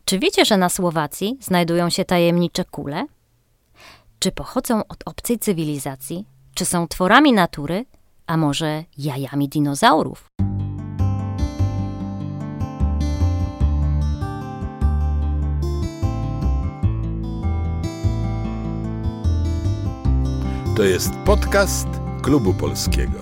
Czy wiecie, że na Słowacji znajdują się tajemnicze kule? Czy pochodzą od obcej cywilizacji? Czy są tworami natury? A może jajami dinozaurów? To jest podcast Klubu Polskiego.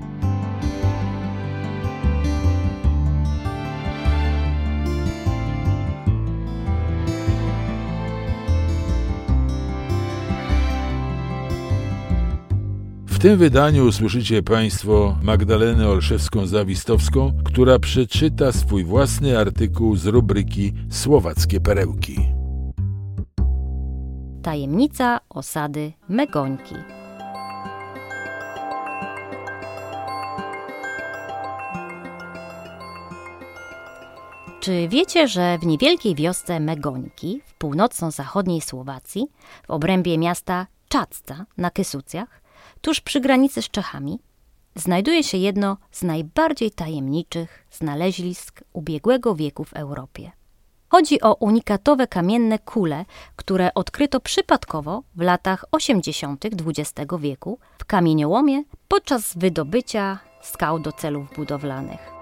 W tym wydaniu usłyszycie Państwo Magdalenę Olszewską-Zawistowską, która przeczyta swój własny artykuł z rubryki Słowackie perełki. Tajemnica osady Megońki. Czy wiecie, że w niewielkiej wiosce Megońki w północno-zachodniej Słowacji, w obrębie miasta Czacca na Kysucjach, tuż przy granicy z Czechami, znajduje się jedno z najbardziej tajemniczych znalezisk ubiegłego wieku w Europie. Chodzi o unikatowe kamienne kule, które odkryto przypadkowo w latach 80. XX wieku w kamieniołomie podczas wydobycia skał do celów budowlanych.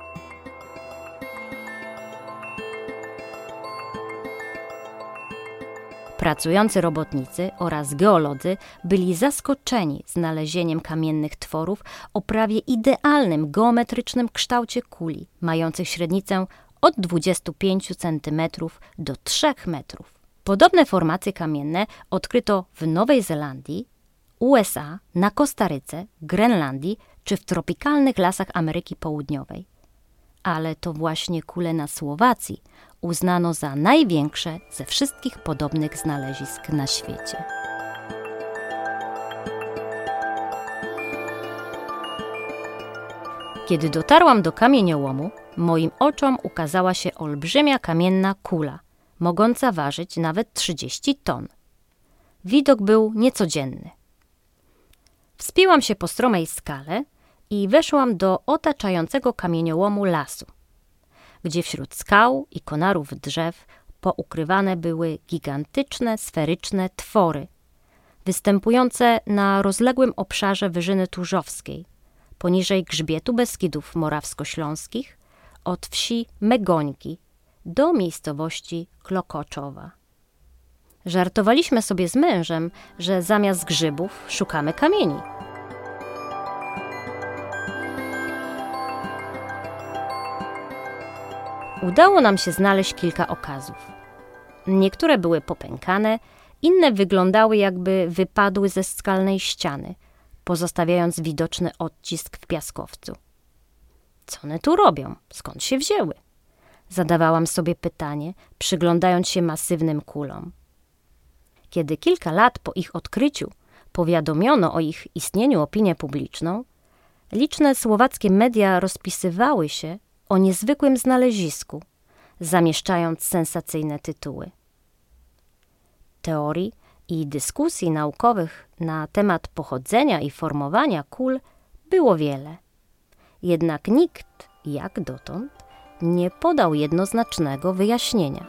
Pracujący robotnicy oraz geolodzy byli zaskoczeni znalezieniem kamiennych tworów o prawie idealnym geometrycznym kształcie kuli, mających średnicę od 25 cm do 3 metrów. Podobne formacje kamienne odkryto w Nowej Zelandii, USA, na Kostaryce, Grenlandii czy w tropikalnych lasach Ameryki Południowej. Ale to właśnie kule na Słowacji uznano za największe ze wszystkich podobnych znalezisk na świecie. Kiedy dotarłam do kamieniołomu, moim oczom ukazała się olbrzymia kamienna kula, mogąca ważyć nawet 30 ton. Widok był niecodzienny. Wspięłam się po stromej skale i weszłam do otaczającego kamieniołomu lasu, gdzie wśród skał i konarów drzew poukrywane były gigantyczne, sferyczne twory, występujące na rozległym obszarze Wyżyny Turzowskiej, poniżej grzbietu Beskidów Morawsko-Śląskich, od wsi Megońki do miejscowości Klokoczowa. Żartowaliśmy sobie z mężem, że zamiast grzybów szukamy kamieni. Udało nam się znaleźć kilka okazów. Niektóre były popękane, inne wyglądały, jakby wypadły ze skalnej ściany, pozostawiając widoczny odcisk w piaskowcu. Co one tu robią? Skąd się wzięły? Zadawałam sobie pytanie, przyglądając się masywnym kulom. Kiedy kilka lat po ich odkryciu powiadomiono o ich istnieniu opinię publiczną, liczne słowackie media rozpisywały się o niezwykłym znalezisku, zamieszczając sensacyjne tytuły. Teorii i dyskusji naukowych na temat pochodzenia i formowania kul było wiele. Jednak nikt, jak dotąd, nie podał jednoznacznego wyjaśnienia.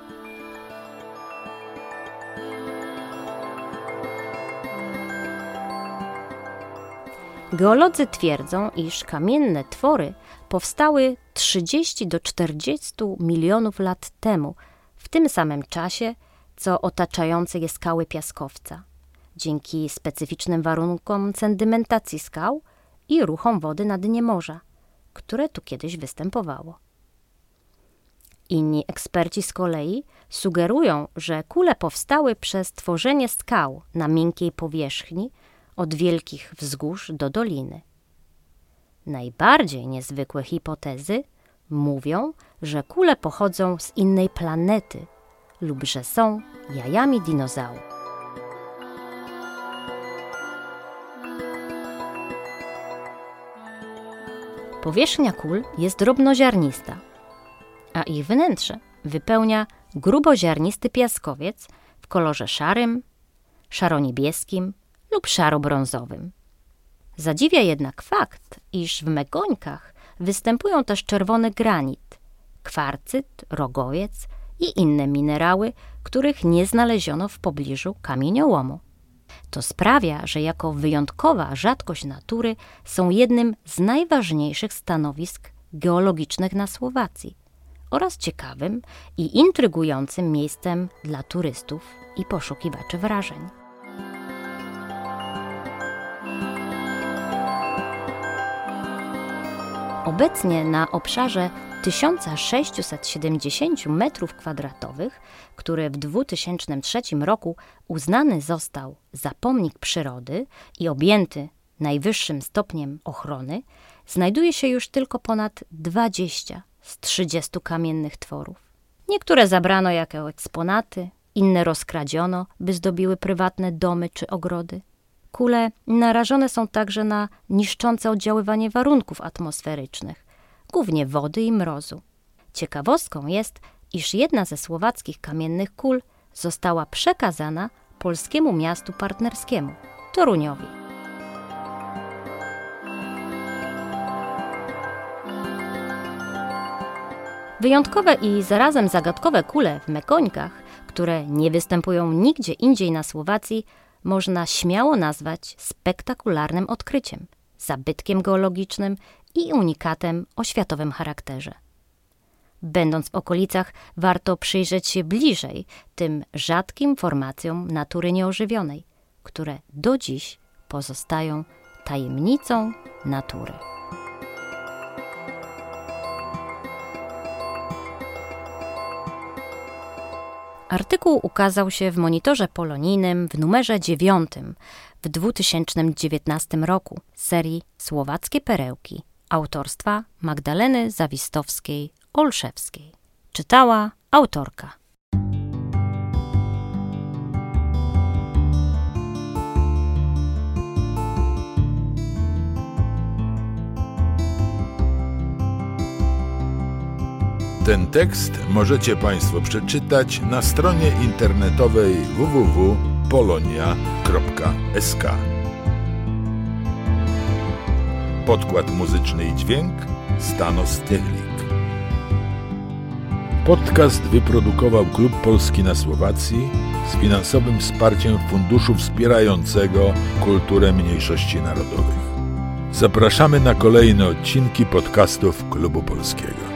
Geolodzy twierdzą, iż kamienne twory powstały 30 do 40 milionów lat temu, w tym samym czasie, co otaczające je skały piaskowca, dzięki specyficznym warunkom sedymentacji skał i ruchom wody na dnie morza, które tu kiedyś występowało. Inni eksperci z kolei sugerują, że kule powstały przez tworzenie skał na miękkiej powierzchni od wielkich wzgórz do doliny. Najbardziej niezwykłe hipotezy mówią, że kule pochodzą z innej planety lub że są jajami dinozaurów. Powierzchnia kul jest drobnoziarnista, a ich wnętrze wypełnia gruboziarnisty piaskowiec w kolorze szarym, szaroniebieskim lub szaro-brązowym. Zadziwia jednak fakt, iż w Megońkach występują też czerwony granit, kwarcyt, rogowiec i inne minerały, których nie znaleziono w pobliżu kamieniołomu. To sprawia, że jako wyjątkowa rzadkość natury są jednym z najważniejszych stanowisk geologicznych na Słowacji oraz ciekawym i intrygującym miejscem dla turystów i poszukiwaczy wrażeń. Obecnie na obszarze 1670 m2, który w 2003 roku uznany został za pomnik przyrody i objęty najwyższym stopniem ochrony, znajduje się już tylko ponad 20 z 30 kamiennych tworów. Niektóre zabrano jako eksponaty, inne rozkradziono, by zdobiły prywatne domy czy ogrody. Kule narażone są także na niszczące oddziaływanie warunków atmosferycznych, głównie wody i mrozu. Ciekawostką jest, iż jedna ze słowackich kamiennych kul została przekazana polskiemu miastu partnerskiemu, Toruniowi. Wyjątkowe i zarazem zagadkowe kule w Mekońkach, które nie występują nigdzie indziej na Słowacji, można śmiało nazwać spektakularnym odkryciem, zabytkiem geologicznym i unikatem o światowym charakterze. Będąc w okolicach, warto przyjrzeć się bliżej tym rzadkim formacjom natury nieożywionej, które do dziś pozostają tajemnicą natury. Artykuł ukazał się w Monitorze Polonijnym w numerze 9 w 2019 roku serii Słowackie Perełki autorstwa Magdaleny Zawistowskiej-Olszewskiej. Czytała autorka. Ten tekst możecie Państwo przeczytać na stronie internetowej www.polonia.sk. Podkład muzyczny i dźwięk Stanos Technik. Podcast wyprodukował Klub Polski na Słowacji z finansowym wsparciem Funduszu Wspierającego Kulturę Mniejszości Narodowych. Zapraszamy na kolejne odcinki podcastów Klubu Polskiego.